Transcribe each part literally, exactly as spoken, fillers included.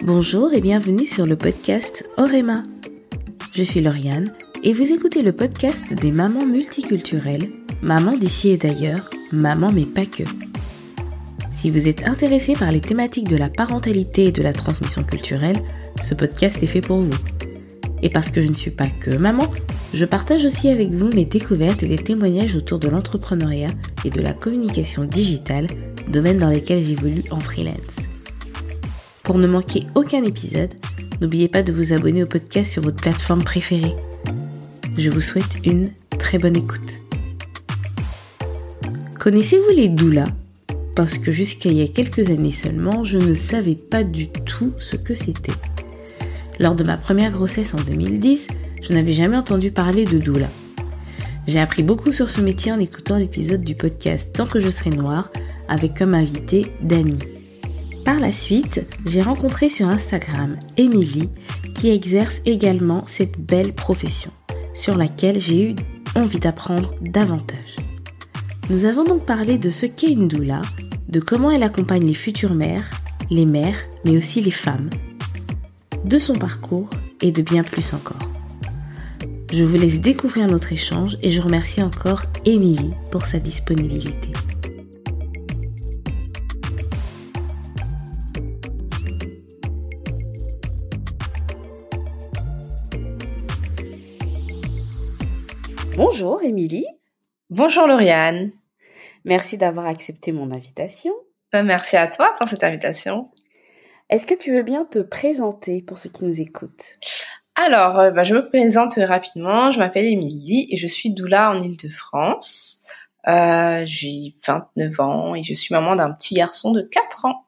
Bonjour et bienvenue sur le podcast Orema. Je suis Lauriane et vous écoutez le podcast des mamans multiculturelles, mamans d'ici et d'ailleurs, mamans mais pas que. Si vous êtes intéressé par les thématiques de la parentalité et de la transmission culturelle, ce podcast est fait pour vous. Et parce que je ne suis pas que maman, je partage aussi avec vous mes découvertes et les témoignages autour de l'entrepreneuriat et de la communication digitale, domaines dans lesquels j'évolue en freelance. Pour ne manquer aucun épisode, n'oubliez pas de vous abonner au podcast sur votre plateforme préférée. Je vous souhaite une très bonne écoute. Connaissez-vous les doulas ? Parce que jusqu'à il y a quelques années seulement, je ne savais pas du tout ce que c'était. Lors de ma première grossesse en deux mille dix, je n'avais jamais entendu parler de doula. J'ai appris beaucoup sur ce métier en écoutant l'épisode du podcast Tant que je serai noire, avec comme invitée Dani. Par la suite, j'ai rencontré sur Instagram Émilie, qui exerce également cette belle profession, sur laquelle j'ai eu envie d'apprendre davantage. Nous avons donc parlé de ce qu'est une doula, de comment elle accompagne les futures mères, les mères, mais aussi les femmes, de son parcours et de bien plus encore. Je vous laisse découvrir notre échange et je remercie encore Émilie pour sa disponibilité. Bonjour Émilie. Bonjour Lauriane. Merci d'avoir accepté mon invitation. Ben, merci à toi pour cette invitation. Est-ce que tu veux bien te présenter pour ceux qui nous écoutent ? Alors, euh, ben, je me présente rapidement. Je m'appelle Émilie et je suis doula en Île-de-France. Euh, j'ai vingt-neuf ans et je suis maman d'un petit garçon de quatre ans.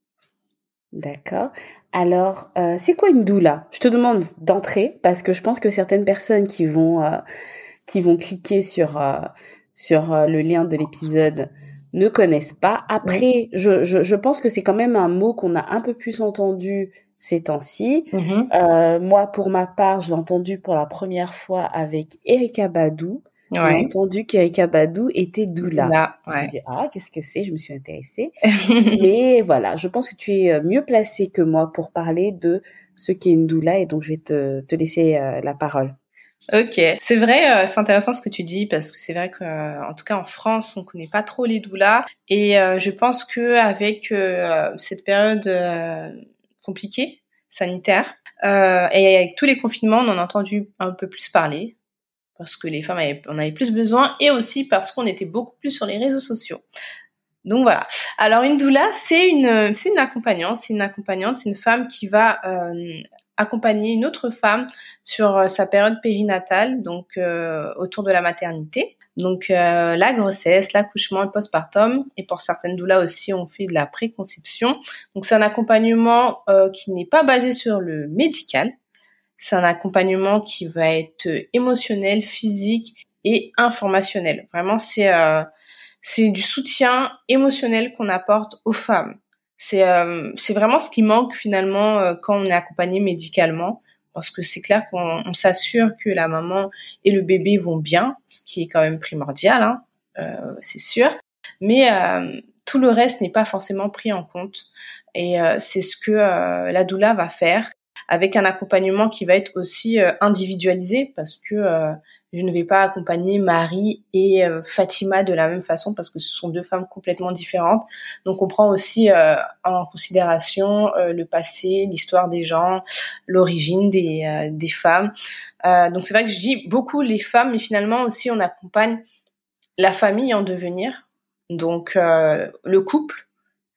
D'accord. Alors, euh, c'est quoi une doula ? Je te demande d'entrer parce que je pense que certaines personnes qui vont... Euh, qui vont cliquer sur euh, sur euh, le lien de l'épisode ne connaissent pas. Après, oui. je, je je pense que c'est quand même un mot qu'on a un peu plus entendu ces temps-ci. Mm-hmm. Euh, moi, pour ma part, je l'ai entendu pour la première fois avec Erykah Badu. Ouais. J'ai entendu qu'Erykah Badu était doula. Là, ouais. Je me suis dit, ah, qu'est-ce que c'est ? Je me suis intéressée. Mais voilà, je pense que tu es mieux placée que moi pour parler de ce qu'est une doula et donc je vais te, te laisser euh, la parole. Ok, c'est vrai, euh, c'est intéressant ce que tu dis parce que c'est vrai que, euh, en tout cas en France, on connaît pas trop les doulas et euh, je pense que avec euh, cette période euh, compliquée sanitaire euh, et avec tous les confinements, on en a entendu un peu plus parler parce que les femmes avaient, en avaient plus besoin et aussi parce qu'on était beaucoup plus sur les réseaux sociaux. Donc voilà. Alors une doula, c'est une, c'est une accompagnante, c'est une accompagnante, c'est une femme qui va euh, accompagner une autre femme sur euh, sa période périnatale, donc euh, autour de la maternité. Donc euh, la grossesse, l'accouchement, le postpartum, et pour certaines doulas aussi, on fait de la préconception. Donc c'est un accompagnement euh, qui n'est pas basé sur le médical. C'est un accompagnement qui va être émotionnel, physique et informationnel. Vraiment, c'est euh, c'est du soutien émotionnel qu'on apporte aux femmes. C'est euh, c'est vraiment ce qui manque finalement euh, quand on est accompagné médicalement, parce que c'est clair qu'on on s'assure que la maman et le bébé vont bien, ce qui est quand même primordial, hein, euh, c'est sûr. Mais euh, tout le reste n'est pas forcément pris en compte, et euh, c'est ce que euh, la doula va faire, avec un accompagnement qui va être aussi euh, individualisé, parce que euh, je ne vais pas accompagner Marie et euh, Fatima de la même façon parce que ce sont deux femmes complètement différentes. Donc on prend aussi euh, en considération euh, le passé, l'histoire des gens, l'origine des, euh, des femmes. Euh, donc c'est vrai que je dis beaucoup les femmes, mais finalement aussi on accompagne la famille en devenir. Donc euh, le couple,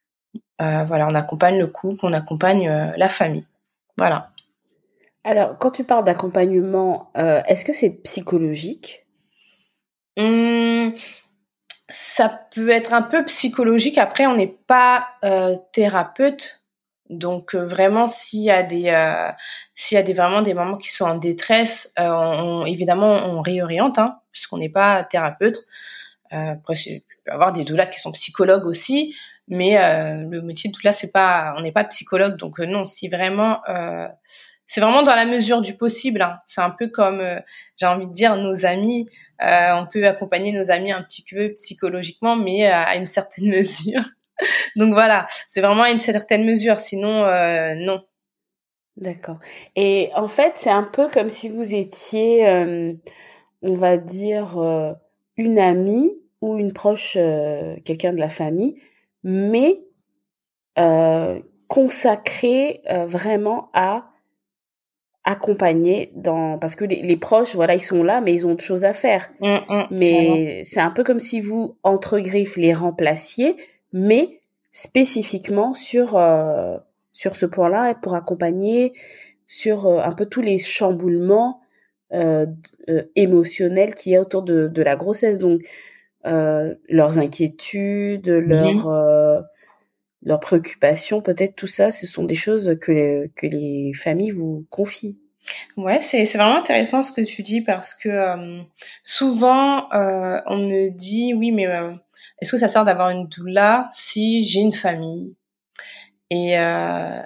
euh, voilà, on accompagne le couple, on accompagne euh, la famille. Voilà. Alors, quand tu parles d'accompagnement, euh, est-ce que c'est psychologique ? Hum, ça peut être un peu psychologique. Après, on n'est pas euh, thérapeute, donc euh, vraiment, s'il y a des, euh, s'il y a des vraiment des mamans qui sont en détresse, euh, on, on, évidemment, on réoriente, hein, puisqu'on n'est pas thérapeute. Euh, après, il peut y avoir des doulas qui sont psychologues aussi, mais euh, le métier de doula, c'est pas, on n'est pas psychologue, donc euh, non, si vraiment euh, c'est vraiment dans la mesure du possible, hein. C'est un peu comme, euh, j'ai envie de dire, nos amis. Euh, on peut accompagner nos amis un petit peu psychologiquement, mais euh, à une certaine mesure. Donc voilà, c'est vraiment à une certaine mesure. Sinon, euh, non. D'accord. Et en fait, c'est un peu comme si vous étiez, euh, on va dire, euh, une amie ou une proche, euh, quelqu'un de la famille, mais euh, consacrée euh, vraiment à accompagner dans... Parce que les, les proches, voilà, ils sont là, mais ils ont autre chose à faire. Mm, mm, vraiment. Mais c'est un peu comme si vous, entre griffes, les remplaciez, mais spécifiquement sur, euh, sur ce point-là, pour accompagner sur euh, un peu tous les chamboulements euh, euh, émotionnels qu'il y a autour de, de la grossesse. Donc, euh, leurs inquiétudes, leurs, Mhm. euh, leurs préoccupations, peut-être tout ça, ce sont des choses que les, que les familles vous confient. Ouais, c'est c'est vraiment intéressant ce que tu dis parce que euh, souvent euh, on me dit oui mais euh, est-ce que ça sert d'avoir une doula si j'ai une famille? Et euh,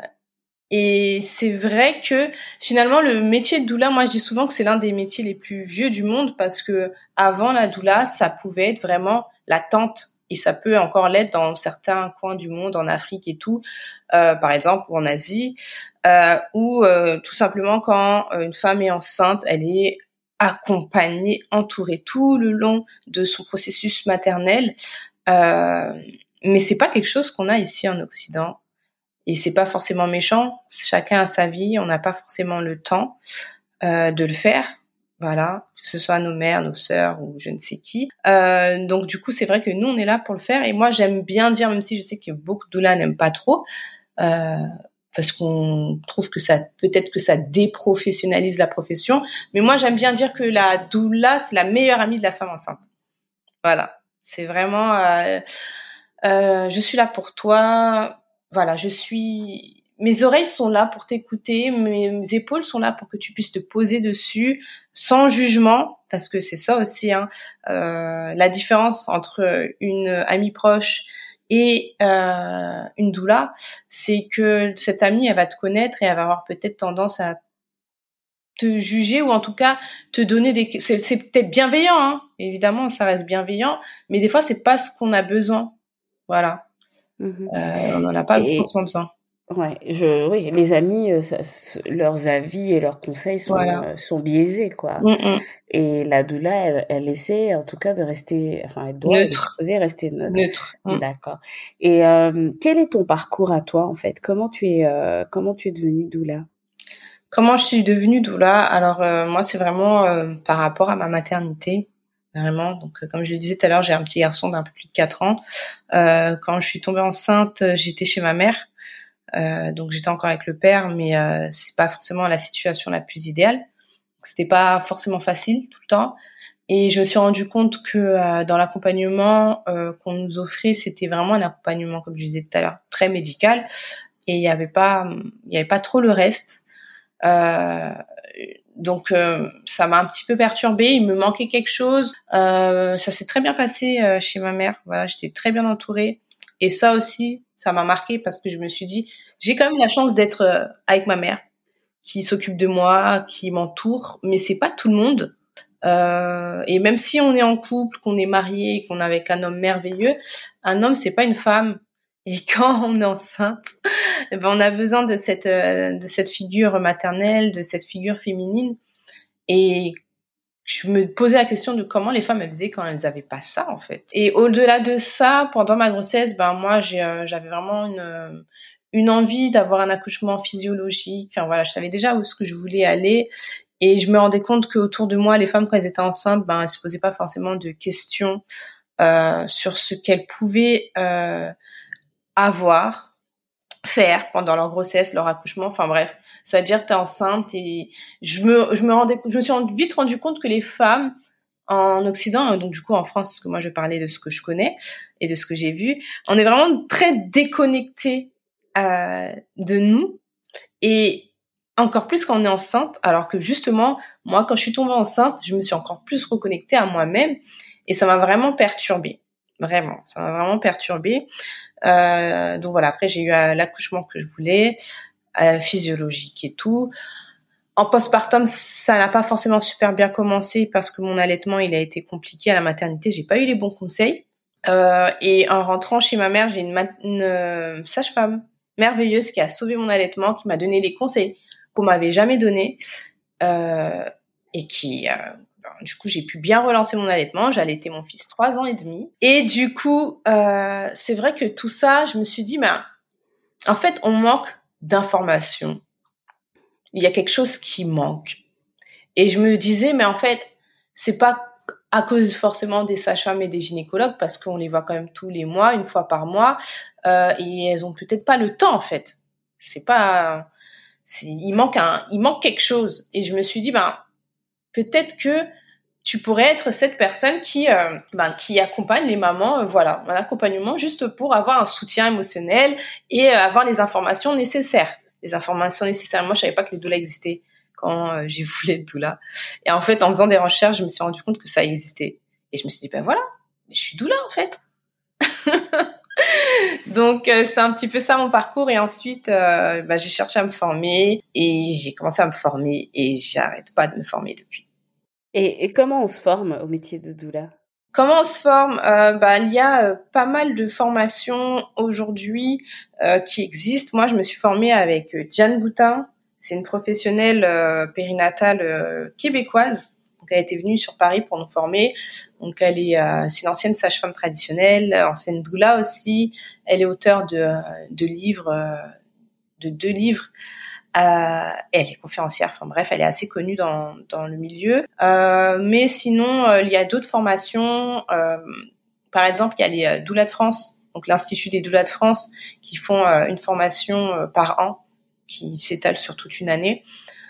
et c'est vrai que finalement le métier de doula, moi je dis souvent que c'est l'un des métiers les plus vieux du monde parce que avant la doula, ça pouvait être vraiment la tante et ça peut encore l'être dans certains coins du monde, en Afrique et tout, euh, par exemple ou en Asie, euh, ou euh, tout simplement quand euh, une femme est enceinte, elle est accompagnée, entourée tout le long de son processus maternel. Euh, mais c'est pas quelque chose qu'on a ici en Occident. Et c'est pas forcément méchant. Chacun a sa vie. On n'a pas forcément le temps euh, de le faire. Voilà, que ce soit nos mères, nos sœurs ou je ne sais qui. Euh, donc du coup, c'est vrai que nous, on est là pour le faire. Et moi, j'aime bien dire, même si je sais que beaucoup de doulas n'aiment pas trop, euh, parce qu'on trouve que ça, peut-être que ça déprofessionnalise la profession. Mais moi, j'aime bien dire que la doula, c'est la meilleure amie de la femme enceinte. Voilà, c'est vraiment, euh, euh, je suis là pour toi. Voilà, je suis. Mes oreilles sont là pour t'écouter, mes épaules sont là pour que tu puisses te poser dessus sans jugement, parce que c'est ça aussi, hein, euh, la différence entre une amie proche et euh, une doula, c'est que cette amie, elle va te connaître et elle va avoir peut-être tendance à te juger ou en tout cas te donner des c'est, c'est peut-être bienveillant, hein, évidemment ça reste bienveillant, mais des fois c'est pas ce qu'on a besoin, voilà. Mhm. Euh, on n'en a pas Et forcément besoin. ouais, je, oui, les amis, euh, ça- c- leurs avis et leurs conseils sont, Voilà. euh, sont biaisés, quoi. Mm, mm. Et la doula, elle, elle essaie, en tout cas, de rester, enfin, elle doit, elle est Neutre, supposée rester neutre. neutre. Mm. D'accord. Et euh, quel est ton parcours à toi, en fait? Comment tu es, euh, comment tu es devenue doula? Comment je suis devenue doula? Alors euh, moi c'est vraiment euh, par rapport à ma maternité, vraiment. Donc euh, comme je le disais tout à l'heure, j'ai un petit garçon d'un peu plus de quatre ans. Euh, quand je suis tombée enceinte, j'étais chez ma mère. Euh, donc j'étais encore avec le père, mais euh, c'est pas forcément la situation la plus idéale. C'était pas forcément facile tout le temps. Et je me suis rendu compte que euh, dans l'accompagnement euh, qu'on nous offrait, c'était vraiment un accompagnement, comme je disais tout à l'heure, très médical. Et il y avait pas, il y avait pas trop le reste. Euh, donc euh, ça m'a un petit peu perturbée. Il me manquait quelque chose. Euh, ça s'est très bien passé euh, chez ma mère. Voilà, j'étais très bien entourée. Et ça aussi, ça m'a marqué parce que je me suis dit, j'ai quand même la chance d'être euh, avec ma mère, qui s'occupe de moi, qui m'entoure. Mais c'est pas tout le monde. Euh, et même si on est en couple, qu'on est marié, qu'on est avec un homme merveilleux, un homme c'est pas une femme. Et quand on est enceinte, eh ben on a besoin de cette euh, de cette figure maternelle, de cette figure féminine. Et je me posais la question de comment les femmes elles faisaient quand elles avaient pas ça en fait. Et au-delà de ça, pendant ma grossesse, ben moi j'ai euh, j'avais vraiment une euh, une envie d'avoir un accouchement physiologique. Enfin voilà, je savais déjà où est-ce que je voulais aller. Et je me rendais compte qu'autour de moi, les femmes, quand elles étaient enceintes, ben, elles se posaient pas forcément de questions euh, sur ce qu'elles pouvaient euh, avoir, faire pendant leur grossesse, leur accouchement. Enfin bref, ça veut dire que t'es enceinte. Et je me, je me rendais, je me suis vite rendu compte que les femmes en Occident, donc du coup en France, parce que moi je parlais de ce que je connais et de ce que j'ai vu, on est vraiment très déconnectés euh, de nous. Et encore plus quand on est enceinte, alors que justement, moi, quand je suis tombée enceinte, je me suis encore plus reconnectée à moi-même et ça m'a vraiment perturbée. Vraiment, ça m'a vraiment perturbée. Euh, donc voilà, après j'ai eu euh, l'accouchement que je voulais, euh, physiologique et tout. En postpartum, ça n'a pas forcément super bien commencé parce que mon allaitement, il a été compliqué à la maternité. J'ai pas eu les bons conseils. Euh, et en rentrant chez ma mère, j'ai une, ma- une euh, sage-femme merveilleuse qui a sauvé mon allaitement, qui m'a donné les conseils qu'on m'avait jamais donné euh, et qui, euh, ben, du coup, j'ai pu bien relancer mon allaitement. J'ai allaité mon fils trois ans et demi. Et du coup, euh, c'est vrai que tout ça, je me suis dit, ben, en fait, on manque d'informations. Il y a quelque chose qui manque. Et je me disais, mais en fait, c'est pas à cause forcément des sages-femmes et des gynécologues, parce qu'on les voit quand même tous les mois, une fois par mois, euh, et elles ont peut-être pas le temps, en fait. C'est pas, c'est, il manque un, il manque quelque chose. Et je me suis dit, ben, peut-être que tu pourrais être cette personne qui, euh, ben, qui accompagne les mamans, euh, voilà, un accompagnement juste pour avoir un soutien émotionnel et euh, avoir les informations nécessaires. Les informations nécessaires. Moi, je savais pas que les doulas existaient quand euh, j'ai voulu être doula. Et en fait, en faisant des recherches, je me suis rendu compte que ça existait. Et je me suis dit, ben voilà, je suis doula en fait. Donc, euh, c'est un petit peu ça mon parcours. Et ensuite, euh, ben, j'ai cherché à me former et j'ai commencé à me former et j'arrête pas de me former depuis. Et, et comment on se forme au métier de doula? Comment on se forme? euh, bah, il y a euh, pas mal de formations aujourd'hui euh, qui existent. Moi, je me suis formée avec euh, Diane Boutin. C'est une professionnelle euh, périnatale euh, québécoise. Donc, elle était venue sur Paris pour nous former. Donc, elle est, euh, c'est une ancienne sage-femme traditionnelle, ancienne doula aussi. Elle est auteure de, de livres, euh, de deux livres. Euh, elle est conférencière, enfin bref, elle est assez connue dans dans le milieu. Euh, mais sinon, euh, il y a d'autres formations. Euh, par exemple, il y a les euh, doulas de France, donc l'Institut des doulas de France, qui font euh, une formation euh, par an, qui s'étale sur toute une année.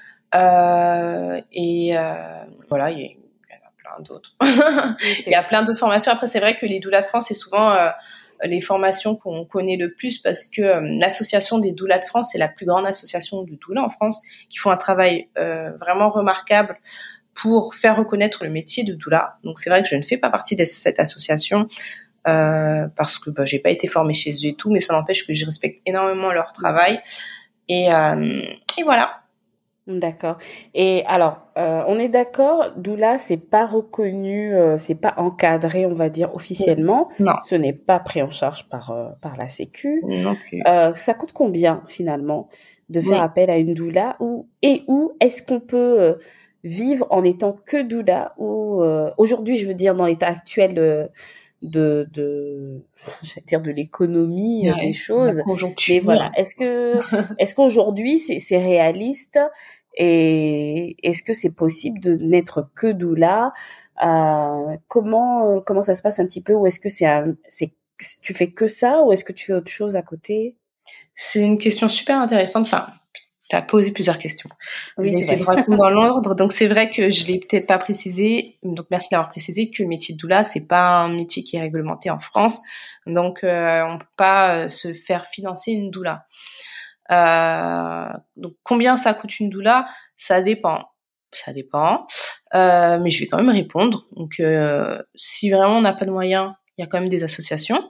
Euh, et euh, voilà, il y, a, il y en a plein d'autres. Okay. Il y a plein d'autres formations. Après, c'est vrai que les doulas de France, c'est souvent euh, les formations qu'on connaît le plus parce que euh, l'association des doulas de France, c'est la plus grande association de doulas en France, qui font un travail euh, vraiment remarquable pour faire reconnaître le métier de doula. Donc c'est vrai que je ne fais pas partie de cette association euh, parce que bah, j'ai pas été formée chez eux et tout, mais ça n'empêche que je respecte énormément leur travail. Et, euh, et voilà. D'accord. Et alors, euh, on est d'accord, doula, c'est pas reconnu, euh, c'est pas encadré, on va dire officiellement. Non. Ce n'est pas pris en charge par euh, par la Sécu. Non plus. Euh, ça coûte combien finalement de faire oui. appel à une doula ou et où est-ce qu'on peut euh, vivre en étant que doula ou euh, aujourd'hui, je veux dire dans l'état actuel de de, de j'allais dire de l'économie ouais, des choses. Mais voilà, est-ce que est-ce qu'aujourd'hui c'est c'est réaliste et est-ce que c'est possible de n'être que doula? Euh, comment comment ça se passe un petit peu, ou est-ce que c'est un, c'est tu fais que ça ou est-ce que tu fais autre chose à côté? C'est une question super intéressante. Enfin, tu as posé plusieurs questions. Oui, je vais essayer de répondre dans l'ordre. Donc, c'est vrai que je l'ai peut-être pas précisé. Donc, merci d'avoir précisé que le métier de doula, c'est pas un métier qui est réglementé en France. Donc, euh, on peut pas se faire financer une doula. Euh, donc, combien ça coûte une doula? Ça dépend. Ça dépend. Euh, mais je vais quand même répondre. Donc, euh, si vraiment on n'a pas de moyens, il y a quand même des associations.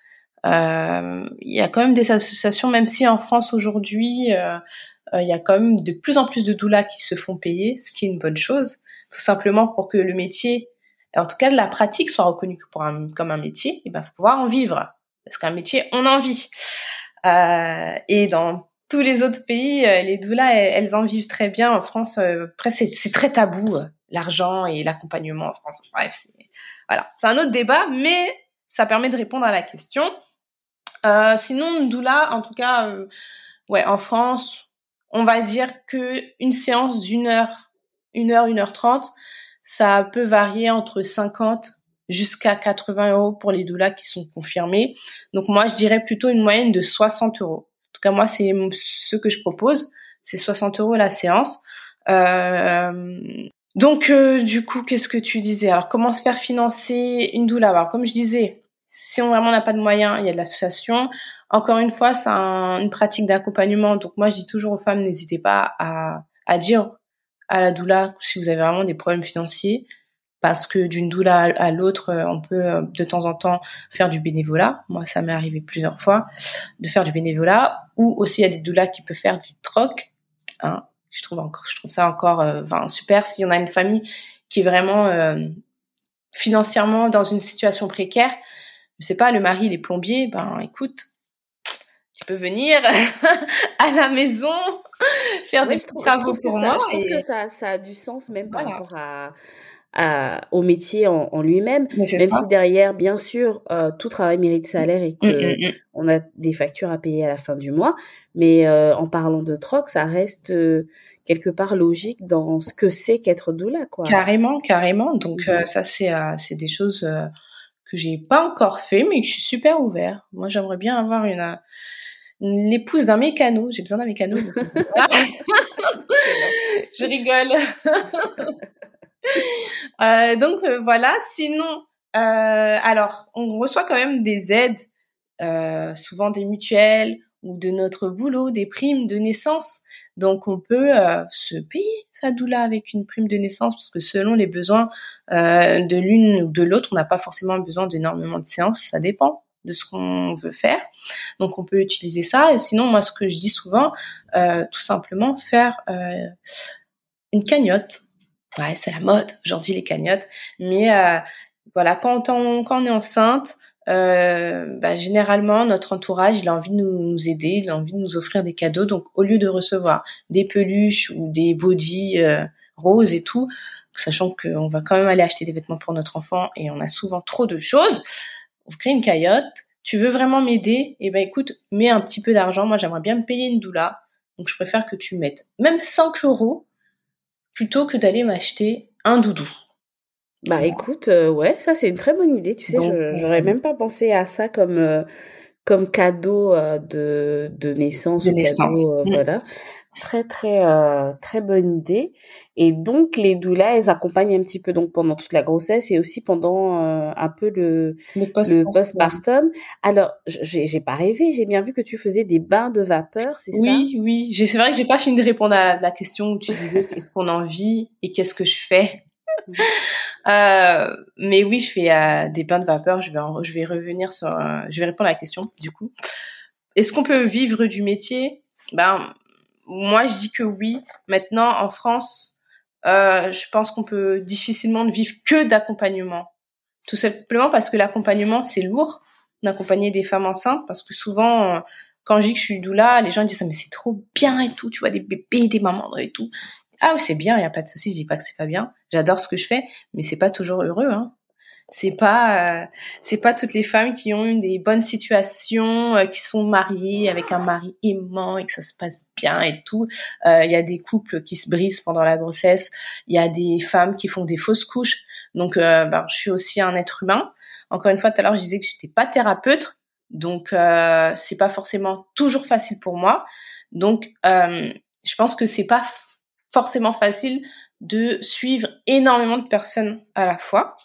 Euh, il y a quand même des associations, même si en France aujourd'hui, euh, euh, il y a quand même de plus en plus de doulas qui se font payer, ce qui est une bonne chose, tout simplement pour que le métier, en tout cas la pratique, soit reconnue pour un, comme un métier. Et ben, faut pouvoir en vivre, parce qu'un métier, on en vit. Euh, et dans tous les autres pays, les doulas, elles, elles en vivent très bien. En France, euh, après, c'est, c'est très tabou, euh, l'argent et l'accompagnement en France. Bref, c'est, voilà, c'est un autre débat, mais ça permet de répondre à la question. Euh, sinon, une doula, en tout cas, euh, ouais, en France, on va dire que une séance d'une heure, une heure, une heure trente, ça peut varier entre cinquante jusqu'à quatre-vingts euros pour les doulas qui sont confirmés. Donc moi, je dirais plutôt une moyenne de soixante euros. En tout cas, moi, c'est ce que je propose, c'est soixante euros la séance. Euh, donc, euh, du coup, qu'est-ce que tu disais? Alors, comment se faire financer une doula? Alors, comme je disais, si on vraiment n'a pas de moyens, il y a de l'association. Encore une fois, c'est un, une pratique d'accompagnement. Donc moi, je dis toujours aux femmes, n'hésitez pas à, à dire à la doula si vous avez vraiment des problèmes financiers, parce que d'une doula à, à l'autre, on peut de temps en temps faire du bénévolat. Moi, ça m'est arrivé plusieurs fois de faire du bénévolat. Ou aussi, il y a des doulas qui peuvent faire du troc. Hein. Je trouve encore, je trouve ça encore, euh, enfin, super. S'il y en a une famille qui est vraiment euh, financièrement dans une situation précaire, je sais pas, le mari, il est plombier, ben écoute, tu peux venir à la maison faire Ouais, des je trouve, je travaux trouve que pour ça, moi je trouve que et ça, ça a du sens même par voilà. rapport à, à- au métier en, en lui-même, Mais c'est même ça. si derrière, bien sûr, euh, tout travail mérite salaire et Mmh, que mmh, mmh. on a des factures à payer à la fin du mois. Mais euh, en parlant de troc, ça reste euh, quelque part logique dans ce que c'est qu'être doula, quoi. Carrément, carrément. Donc Mhm. euh, ça, c'est euh, c'est des choses euh, que j'ai pas encore fait, mais que je suis super ouverte. Moi, j'aimerais bien avoir une, euh, une- l'épouse d'un mécano. J'ai besoin d'un mécano. Donc... Excellent. je rigole. Euh, donc euh, voilà. Sinon, euh, alors, on reçoit quand même des aides, euh, souvent des mutuelles ou de notre boulot, des primes de naissance. Donc on peut euh, se payer sa doula avec une prime de naissance parce que selon les besoins euh, de l'une ou de l'autre, on n'a pas forcément besoin d'énormément de séances, ça dépend de ce qu'on veut faire. Donc on peut utiliser ça. Et sinon, moi, ce que je dis souvent, euh, tout simplement faire euh, une cagnotte. Ouais, c'est la mode aujourd'hui les cagnottes. Mais euh, voilà, quand on, quand on est enceinte, euh, bah, généralement notre entourage il a envie de nous, nous aider, il a envie de nous offrir des cadeaux. Donc au lieu de recevoir des peluches ou des bodys euh, roses et tout, sachant qu'on va quand même aller acheter des vêtements pour notre enfant et on a souvent trop de choses, on crée une cagnotte. Tu veux vraiment m'aider? Eh ben écoute, mets un petit peu d'argent. Moi j'aimerais bien me payer une doula, donc je préfère que tu mettes même cinq euros plutôt que d'aller m'acheter un doudou. Bah écoute, euh, ouais, ça c'est une très bonne idée. Tu sais, Donc, je j'aurais euh, même pas pensé à ça comme euh, comme cadeau euh, de de naissance de ou naissance. cadeau, euh, Mm. voilà. Très très euh, très bonne idée. Et donc les doulas, elles accompagnent un petit peu donc pendant toute la grossesse et aussi pendant euh, un peu le Le le post-partum. postpartum. Alors j'ai j'ai pas rêvé, j'ai bien vu que tu faisais des bains de vapeur, c'est ça? Oui, oui. J'ai- C'est vrai que j'ai pas fini de répondre à la question où tu disais qu'est-ce qu'on en vit et qu'est-ce que je fais. Mhm. Euh, mais oui, je fais euh, des bains de vapeur. Je vais, en- je vais revenir sur, euh, je vais répondre à la question du coup. Est-ce qu'on peut vivre du métier? Ben, moi, je dis que oui. Maintenant, en France, euh, je pense qu'on peut difficilement ne vivre que d'accompagnement. Tout simplement parce que l'accompagnement, c'est lourd d'accompagner des femmes enceintes parce que souvent, euh, quand je dis que je suis doula, les gens disent ça, mais c'est trop bien et tout, tu vois, des bébés, des mamans et tout. Ah oui, c'est bien, il y a pas de souci, je dis pas que c'est pas bien. J'adore ce que je fais, mais c'est pas toujours heureux, hein. C'est pas, euh, c'est pas toutes les femmes qui ont eu des bonnes situations, euh, qui sont mariées avec un mari aimant et que ça se passe bien et tout. Euh, Il y a des couples qui se brisent pendant la grossesse. Il y a des femmes qui font des fausses couches. Donc, euh, ben, je suis aussi un être humain. Encore une fois, tout à l'heure, je disais que j'étais pas thérapeute, donc euh, c'est pas forcément toujours facile pour moi. Donc, euh, je pense que c'est pas f- forcément facile de suivre énormément de personnes à la fois.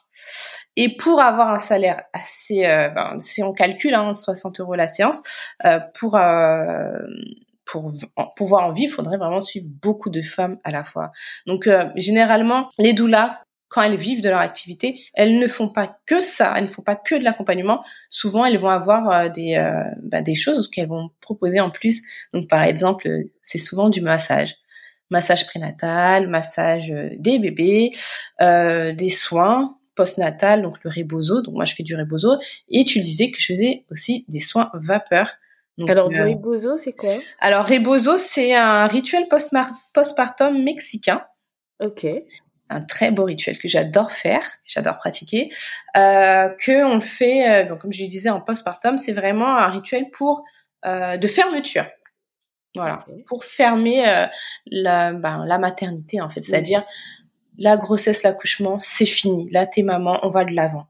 Et pour avoir un salaire assez, euh, ben, si on calcule, hein, soixante euros la séance, euh, pour euh, pour en- pouvoir en vivre, il faudrait vraiment suivre beaucoup de femmes à la fois. Donc, euh, généralement, les doulas, quand elles vivent de leur activité, elles ne font pas que ça, elles ne font pas que de l'accompagnement. Souvent, elles vont avoir euh, des euh, ben, des choses qu'elles vont proposer en plus. Donc, par exemple, euh, c'est souvent du massage. Massage prénatal, massage euh, des bébés, euh, des soins postnatal, donc le rebozo. Donc moi je fais du rebozo. Et tu disais que je faisais aussi des soins vapeur. Donc, Alors du euh, rebozo, c'est quoi? alors rebozo c'est un rituel postmar- postpartum mexicain, Ok. un très beau rituel que j'adore faire, que j'adore pratiquer. Euh, que on le fait, euh, donc comme je le disais en postpartum, c'est vraiment un rituel pour euh, de fermeture. Voilà, Ok. pour fermer euh, la, ben, la maternité en fait, Mhm. c'est-à-dire la grossesse, l'accouchement, c'est fini. Là, t'es maman, on va de l'avant.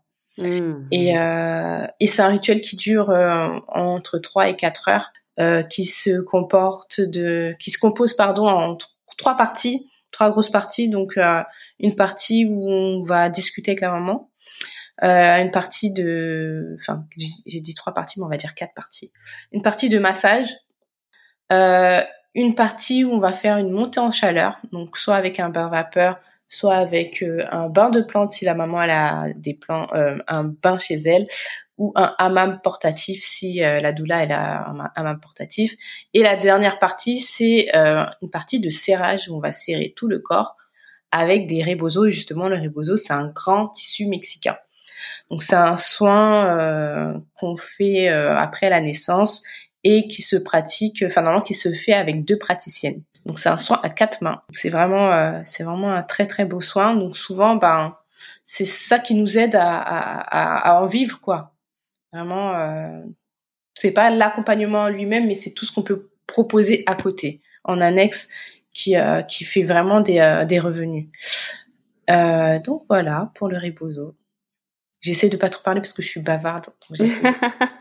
Et, Mhm. euh, et c'est un rituel qui dure euh, entre trois et quatre heures, euh, qui se comporte de, qui se compose pardon en t- trois parties, trois grosses parties. Donc euh, une partie où on va discuter avec la maman, euh, une partie de, enfin j'ai j'ai dit trois parties, mais on va dire quatre parties. Une partie de massage, euh, une partie où on va faire une montée en chaleur, donc soit avec un bain vapeur, soit avec euh, un bain de plantes si la maman elle a des plants, euh, un bain chez elle, ou un hammam portatif si euh, la doula elle a un hammam portatif. Et la dernière partie c'est euh, une partie de serrage où on va serrer tout le corps avec des rebozos. Et justement le rebozo c'est un grand tissu mexicain. Donc c'est un soin euh, qu'on fait euh, après la naissance et qui se pratique, enfin normalement qui se fait avec deux praticiennes. Donc c'est un soin à quatre mains. C'est vraiment, euh, c'est vraiment un très très beau soin. Donc souvent, ben c'est ça qui nous aide à, à, à, à en vivre, quoi. Vraiment, euh, c'est pas l'accompagnement lui-même, mais c'est tout ce qu'on peut proposer à côté, en annexe, qui euh, qui fait vraiment des euh, des revenus. Euh, donc voilà pour le rebozo. J'essaie de pas trop parler parce que je suis bavarde. Donc j'essaie,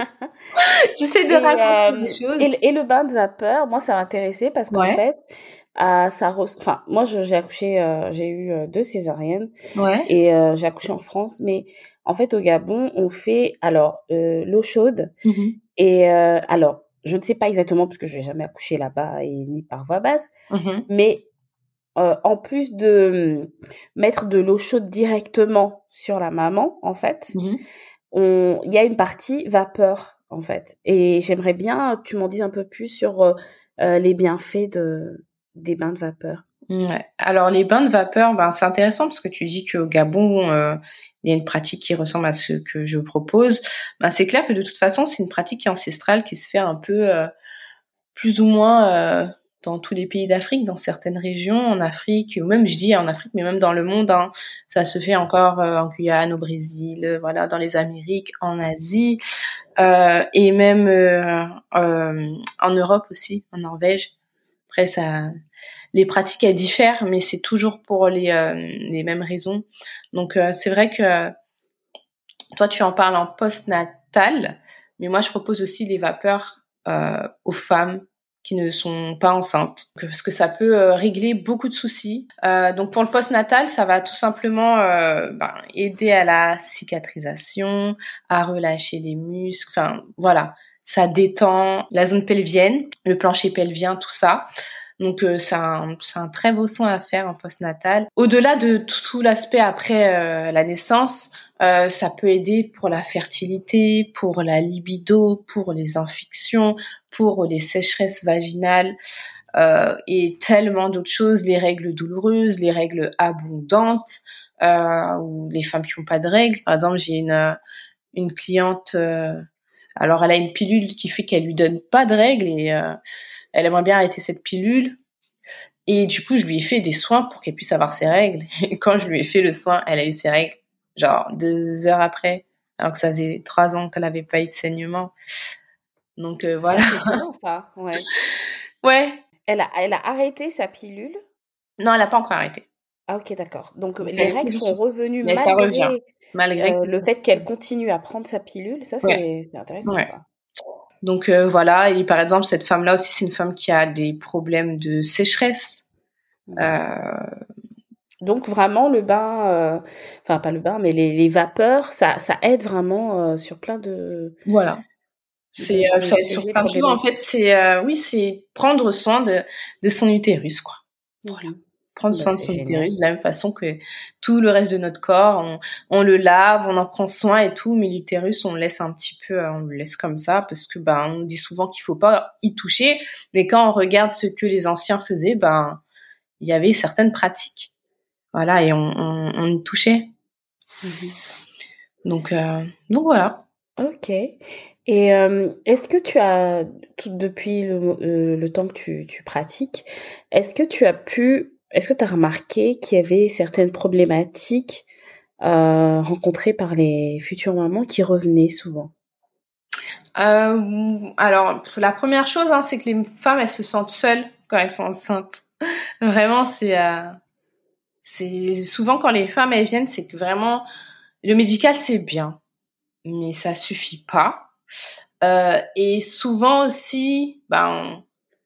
j'essaie de Et, raconter euh, des choses. et, et le bain de vapeur, moi, ça m'intéressait parce qu'en Ouais. fait, euh, ça, res- enfin, moi, je- j'ai accouché, euh, j'ai eu euh, deux césariennes Ouais. et euh, j'ai accouché en France, mais en fait, au Gabon, on fait alors euh, l'eau chaude Mm-hmm. et euh, alors, je ne sais pas exactement parce que je n'ai jamais accouché là-bas et ni par voie basse, Mm-hmm. mais euh, en plus de hum, mettre de l'eau chaude directement sur la maman, en fait, Mm-hmm. on, il y a une partie vapeur, en fait. Et j'aimerais bien que tu m'en dises un peu plus sur euh, euh, les bienfaits de, des bains de vapeur. Ouais. Alors les bains de vapeur, ben c'est intéressant parce que tu dis qu'au Gabon, euh, il y a une pratique qui ressemble à ce que je propose. Ben c'est clair que de toute façon, c'est une pratique qui est ancestrale, qui se fait un peu euh, plus ou moins euh, dans tous les pays d'Afrique, dans certaines régions en Afrique, ou même je dis en Afrique, mais même dans le monde, hein, ça se fait encore euh, en Guyane, au Brésil, euh, voilà, dans les Amériques, en Asie, euh, et même euh, euh, en Europe aussi, en Norvège. Après, ça, les pratiques elles diffèrent, mais c'est toujours pour les euh, les mêmes raisons. Donc euh, c'est vrai que euh, toi tu en parles en post-natal, mais moi je propose aussi les vapeurs euh, aux femmes qui ne sont pas enceintes, parce que ça peut euh, régler beaucoup de soucis. Euh, donc pour le post-natal, ça va tout simplement euh, ben, aider à la cicatrisation, à relâcher les muscles, enfin voilà, ça détend la zone pelvienne, le plancher pelvien, tout ça. Donc euh, c'est un, c'est un très beau soin à faire en post-natal. Au-delà de tout l'aspect après euh, la naissance, euh, ça peut aider pour la fertilité, pour la libido, pour les infections, pour les sécheresses vaginales euh, et tellement d'autres choses, les règles douloureuses, les règles abondantes, euh, ou les femmes qui n'ont pas de règles. Par exemple, j'ai une, une cliente, euh, alors elle a une pilule qui fait qu'elle lui donne pas de règles et euh, elle aimerait bien arrêter cette pilule. Et du coup, je lui ai fait des soins pour qu'elle puisse avoir ses règles. Et quand je lui ai fait le soin, elle a eu ses règles, genre deux heures après, alors que ça faisait trois ans qu'elle n'avait pas eu de saignement. Donc euh, voilà. C'est impressionnant, ça, ouais. Ouais. Elle a, elle a arrêté sa pilule. Non, elle n'a pas encore arrêté. Ah, ok, d'accord. Donc, Donc, les elle est règles toujours sont sous- revenues Mais ça revient, malgré malgré euh, que... le fait qu'elle continue à prendre sa pilule. Ça, Ouais, c'est c'est intéressant, ouais. ça. Donc euh, voilà, et par exemple, cette femme-là aussi, c'est une femme qui a des problèmes de sécheresse. Mhm. Euh, Donc vraiment le bain, euh, enfin pas le bain, mais les, les vapeurs, ça, ça aide vraiment euh, sur plein de, voilà. C'est, de, euh, de ça aide sur sujets plein de choses. En problématiques. fait, c'est, euh, oui, c'est prendre soin de, de son utérus, quoi. Voilà. Mhm. Prendre Bah, soin de c'est son génial. utérus de la même façon que tout le reste de notre corps. On, on le lave, on en prend soin et tout, mais l'utérus, on le laisse un petit peu, on le laisse comme ça parce que, ben, on dit souvent qu'il faut pas y toucher. Mais quand on regarde ce que les anciens faisaient, ben, il y avait certaines pratiques. Voilà, et on, on, on y touchait. Mhm. Donc, euh, donc voilà. Ok. Et euh, est-ce que tu as, tout depuis le, euh, le temps que tu, tu pratiques, est-ce que tu as pu, est-ce que tu as remarqué qu'il y avait certaines problématiques euh, rencontrées par les futures mamans qui revenaient souvent? Euh, alors, la première chose, hein, c'est que les femmes, elles se sentent seules quand elles sont enceintes. Vraiment, c'est, euh, c'est souvent quand les femmes elles viennent, c'est que vraiment le médical c'est bien, mais ça suffit pas. Euh, et souvent aussi, ben,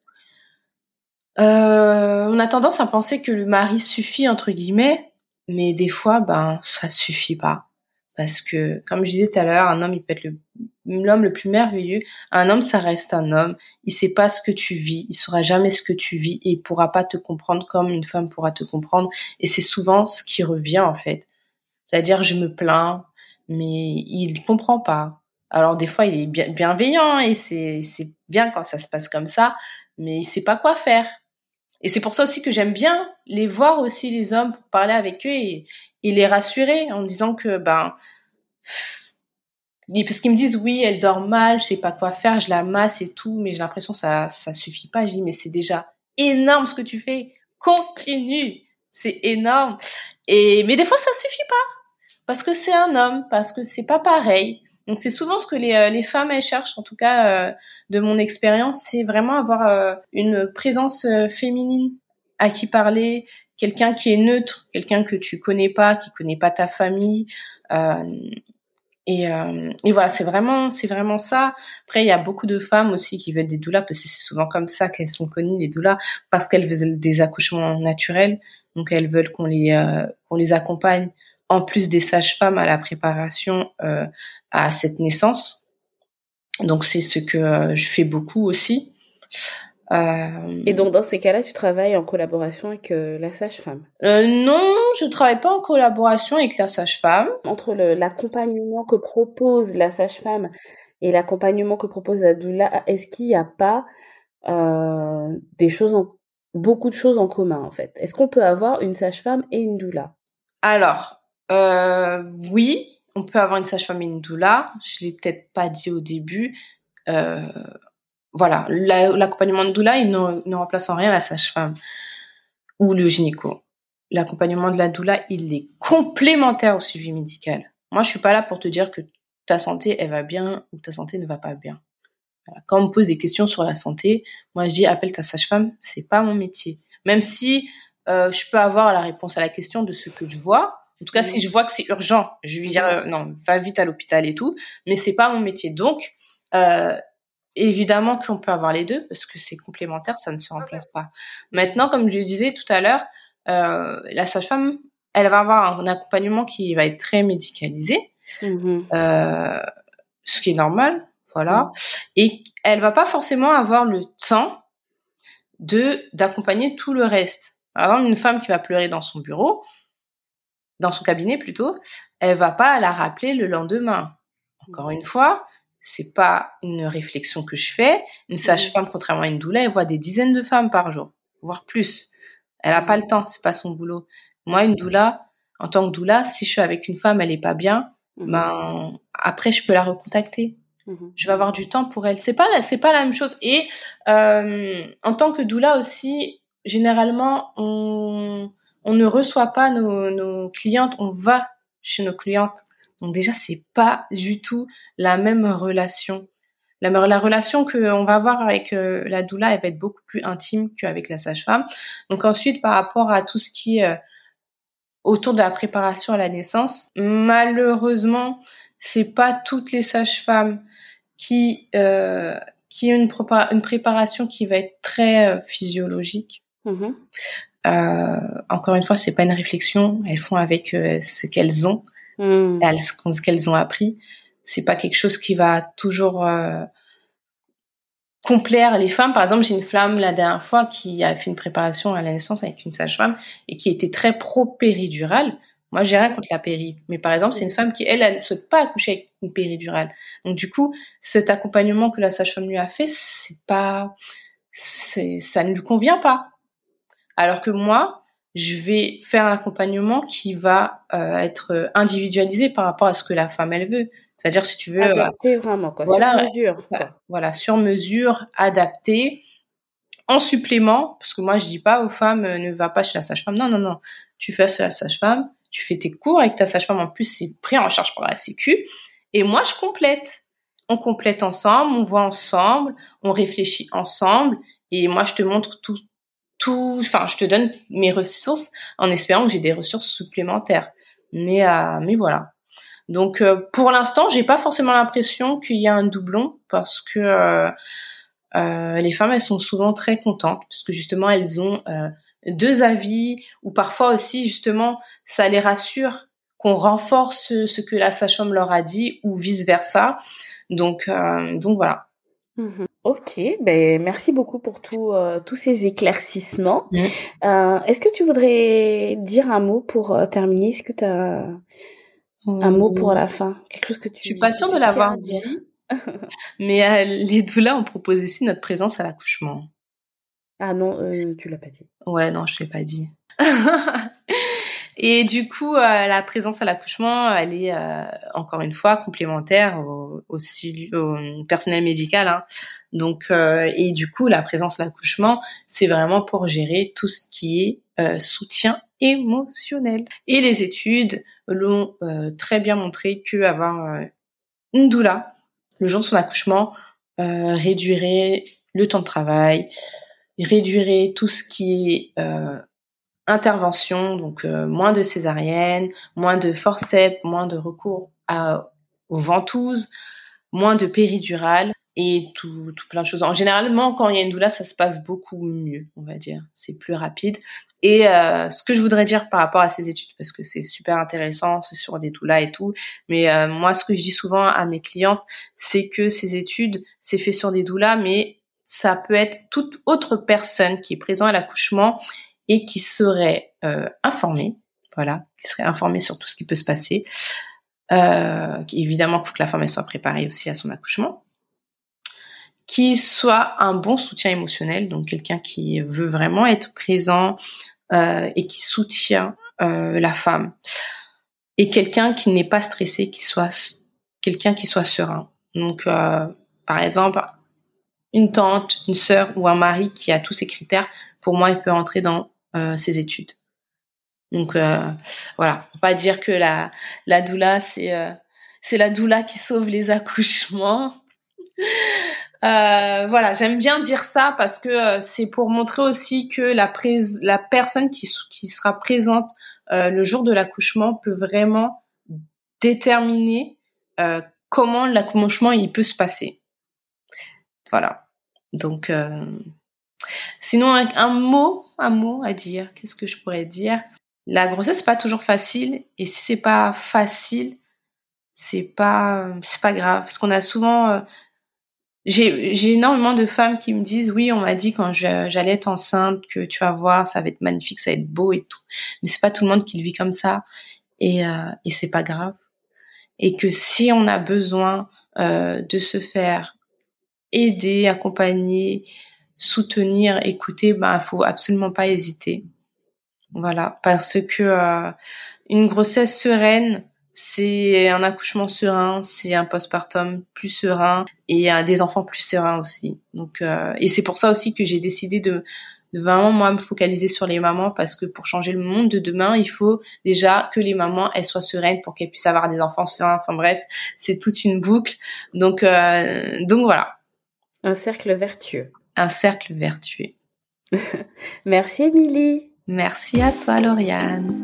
euh, on a tendance à penser que le mari suffit entre guillemets, mais des fois, ben, ça suffit pas. Parce que, comme je disais tout à l'heure, un homme, il peut être le, l'homme le plus merveilleux. Un homme, ça reste un homme. Il sait pas ce que tu vis. Il saura jamais ce que tu vis et il pourra pas te comprendre comme une femme pourra te comprendre. Et c'est souvent ce qui revient, en fait. C'est-à-dire, je me plains, mais il comprend pas. Alors, des fois, il est bien, bienveillant et c'est, c'est bien quand ça se passe comme ça, mais il sait pas quoi faire. Et c'est pour ça aussi que j'aime bien les voir aussi, les hommes, pour parler avec eux et, et les rassurer en disant que, ben, parce qu'ils me disent oui, elle dort mal, je sais pas quoi faire, je la masse et tout, mais j'ai l'impression que ça ça suffit pas. Je dis mais c'est déjà énorme ce que tu fais, continue, c'est énorme. Et mais des fois ça suffit pas parce que c'est un homme, parce que c'est pas pareil. Donc c'est souvent ce que les euh, les femmes elles cherchent, en tout cas euh, de mon expérience, c'est vraiment avoir euh, une présence euh, féminine à qui parler, quelqu'un qui est neutre, quelqu'un que tu connais pas, qui connaît pas ta famille. Euh, Et, euh, et voilà, c'est vraiment, c'est vraiment ça. Après, il y a beaucoup de femmes aussi qui veulent des doulas parce que c'est souvent comme ça qu'elles sont connues, les doulas, parce qu'elles veulent des accouchements naturels. Donc, elles veulent qu'on les, euh, qu'on les accompagne en plus des sages-femmes à la préparation euh, à cette naissance. Donc, c'est ce que euh, je fais beaucoup aussi. Euh... Et donc, dans ces cas-là, tu travailles en collaboration avec euh, la sage-femme? euh, Non, je travaille pas en collaboration avec la sage-femme. Entre le, l'accompagnement que propose la sage-femme et l'accompagnement que propose la doula, est-ce qu'il n'y a pas euh, des choses, en, beaucoup de choses en commun, en fait? Est-ce qu'on peut avoir une sage-femme et une doula? Alors, euh, oui, on peut avoir une sage-femme et une doula. Je l'ai peut-être pas dit au début. Euh, Voilà, la, l'accompagnement de doula, il ne, ne remplace en rien la sage-femme ou le gynéco. L'accompagnement de la doula, il est complémentaire au suivi médical. Moi, je suis pas là pour te dire que ta santé, elle va bien ou ta santé ne va pas bien. Voilà. Quand on me pose des questions sur la santé, moi, je dis appelle ta sage-femme, c'est pas mon métier. Même si euh, je peux avoir la réponse à la question de ce que je vois. En tout cas, mmh. si je vois que c'est urgent, je vais dire euh, non, va vite à l'hôpital et tout. Mais c'est pas mon métier. Donc, euh, évidemment qu'on peut avoir les deux parce que c'est complémentaire, ça ne se remplace pas. Maintenant, comme je le disais tout à l'heure, euh, la sage-femme, elle va avoir un accompagnement qui va être très médicalisé, mmh. euh, ce qui est normal, voilà. Mmh. Et elle va pas forcément avoir le temps de d'accompagner tout le reste. Par exemple, une femme qui va pleurer dans son bureau, dans son cabinet plutôt, elle va pas la rappeler le lendemain. Encore une fois, c'est pas une réflexion que je fais. Une sage-femme, contrairement à une doula, elle voit des dizaines de femmes par jour, voire plus. Elle a pas le temps, c'est pas son boulot. Moi, une doula, en tant que doula, si je suis avec une femme, elle est pas bien, mmh. ben après je peux la recontacter. Mmh. Je vais avoir du temps pour elle. C'est pas la, c'est pas la même chose. Et euh, en tant que doula aussi, généralement, on on ne reçoit pas nos, nos clientes, on va chez nos clientes. Donc déjà, c'est pas du tout la même relation. La, la relation qu'on va avoir avec euh, la doula, elle va être beaucoup plus intime qu'avec la sage-femme. Donc ensuite, par rapport à tout ce qui est euh, autour de la préparation à la naissance, malheureusement, c'est pas toutes les sages-femmes qui euh, qui ont une, prépa- une préparation qui va être très euh, physiologique. Mmh. Euh, encore une fois, c'est pas une réflexion. Elles font avec euh, ce qu'elles ont. Mmh. Ce qu'elles ont appris, c'est pas quelque chose qui va toujours euh, complaire les femmes. Par exemple, j'ai une femme la dernière fois qui a fait une préparation à la naissance avec une sage-femme et qui était très pro-péridurale. Moi, j'ai rien contre la péri, mais par exemple, c'est une femme qui, elle, elle ne souhaite pas accoucher avec une péridurale. Donc, du coup, cet accompagnement que la sage-femme lui a fait, c'est pas, c'est, ça ne lui convient pas. Alors que moi, je vais faire un accompagnement qui va euh, être individualisé par rapport à ce que la femme elle veut. C'est-à-dire si tu veux adapté euh, vraiment quoi, voilà, sur mesure. Quoi. Voilà, sur mesure, adapté, en supplément, parce que moi je dis pas aux femmes euh, ne va pas chez la sage-femme. Non non non, tu fais chez la sage-femme, tu fais tes cours avec ta sage-femme. En plus c'est pris en charge par la Sécu. Et moi je complète. On complète ensemble, on voit ensemble, on réfléchit ensemble. Et moi je te montre tout. Tout, enfin, je te donne mes ressources en espérant que j'ai des ressources supplémentaires. Mais, euh, mais voilà. Donc, euh, pour l'instant, j'ai pas forcément l'impression qu'il y a un doublon parce que euh, euh, les femmes, elles sont souvent très contentes parce que justement, elles ont euh, deux avis ou parfois aussi, justement, ça les rassure qu'on renforce ce que la sage-femme leur a dit ou vice versa. Donc, euh, donc voilà. Mmh. Ok, ben merci beaucoup pour tout, euh, tous ces éclaircissements. Mmh. Euh, est-ce que tu voudrais dire un mot pour euh, terminer? Est-ce que tu as mmh. un mot pour la fin? Quelque chose que tu. Je suis pas sûre de l'avoir dit, mais euh, les doulas ont proposé aussi notre présence à l'accouchement. Ah non, euh, tu l'as pas dit. Ouais, non, je l'ai pas dit. Et du coup, euh, la présence à l'accouchement, elle est euh, encore une fois complémentaire au, au, au personnel médical. Hein. Donc, euh, et du coup, la présence à l'accouchement, c'est vraiment pour gérer tout ce qui est euh, soutien émotionnel. Et les études l'ont euh, très bien montré que avoir euh, une doula le jour de son accouchement euh, réduirait le temps de travail, réduirait tout ce qui est euh, intervention, donc euh, moins de césarienne, moins de forceps, moins de recours à, aux ventouses, moins de péridurale et tout, tout plein de choses. En généralement, quand il y a une doula, ça se passe beaucoup mieux, on va dire. C'est plus rapide. Et euh, ce que je voudrais dire par rapport à ces études, parce que c'est super intéressant, c'est sur des doulas et tout, mais euh, moi, ce que je dis souvent à mes clientes, c'est que ces études, c'est fait sur des doulas, mais ça peut être toute autre personne qui est présente à l'accouchement et qui serait euh, informée, voilà, qui serait informée sur tout ce qui peut se passer. Euh, évidemment, il faut que la femme elle soit préparée aussi à son accouchement, qui soit un bon soutien émotionnel, donc quelqu'un qui veut vraiment être présent euh, et qui soutient euh, la femme, et quelqu'un qui n'est pas stressé, qui soit quelqu'un qui soit serein. Donc, euh, par exemple, une tante, une sœur ou un mari qui a tous ces critères, pour moi, il peut entrer dans euh, ses études. Donc euh, voilà, faut pas dire que la la doula c'est euh, c'est la doula qui sauve les accouchements. Euh, voilà, j'aime bien dire ça parce que euh, c'est pour montrer aussi que la prés- la personne qui qui sera présente euh, le jour de l'accouchement peut vraiment déterminer euh, comment l'accouchement il peut se passer. Voilà. Donc euh, sinon un, un mot, un mot à dire, qu'est-ce que je pourrais dire? La grossesse c'est pas toujours facile et si c'est pas facile, c'est pas c'est pas grave parce qu'on a souvent euh, j'ai j'ai énormément de femmes qui me disent oui, on m'a dit quand je, j'allais être enceinte que tu vas voir, ça va être magnifique, ça va être beau et tout. Mais c'est pas tout le monde qui le vit comme ça et euh, et c'est pas grave. Et que si on a besoin euh, de se faire aider, accompagner, soutenir, écouter, ben faut absolument pas hésiter. Voilà, parce que euh, une grossesse sereine, c'est un accouchement serein, c'est un postpartum plus serein et euh, des enfants plus sereins aussi. Donc, euh, et c'est pour ça aussi que j'ai décidé de, de vraiment moi me focaliser sur les mamans parce que pour changer le monde de demain, il faut déjà que les mamans elles soient sereines pour qu'elles puissent avoir des enfants sereins. Enfin bref, c'est toute une boucle. Donc, euh, donc voilà. Un cercle vertueux. Un cercle vertueux. Merci Émilie. Merci à toi, Lauriane.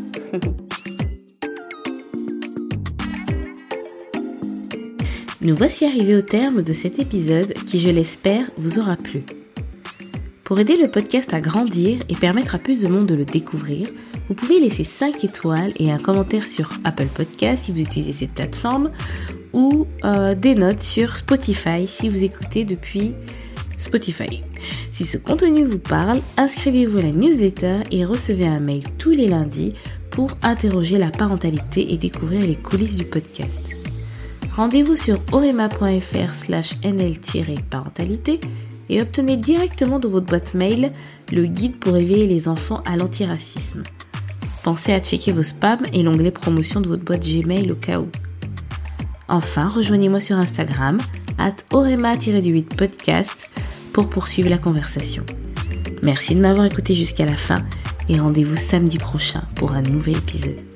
Nous voici arrivés au terme de cet épisode qui, je l'espère, vous aura plu. Pour aider le podcast à grandir et permettre à plus de monde de le découvrir, vous pouvez laisser cinq étoiles et un commentaire sur Apple Podcasts si vous utilisez cette plateforme ou euh, des notes sur Spotify si vous écoutez depuis Spotify. Si ce contenu vous parle, inscrivez-vous à la newsletter et recevez un mail tous les lundis pour interroger la parentalité et découvrir les coulisses du podcast. Rendez-vous sur orema.fr slash nl-parentalité et obtenez directement dans votre boîte mail le guide pour éveiller les enfants à l'antiracisme. Pensez à checker vos spams et l'onglet promotion de votre boîte Gmail au cas où. Enfin, rejoignez-moi sur Instagram arobase orema tiret huit podcast pour poursuivre la conversation. Merci de m'avoir écouté jusqu'à la fin et rendez-vous samedi prochain pour un nouvel épisode.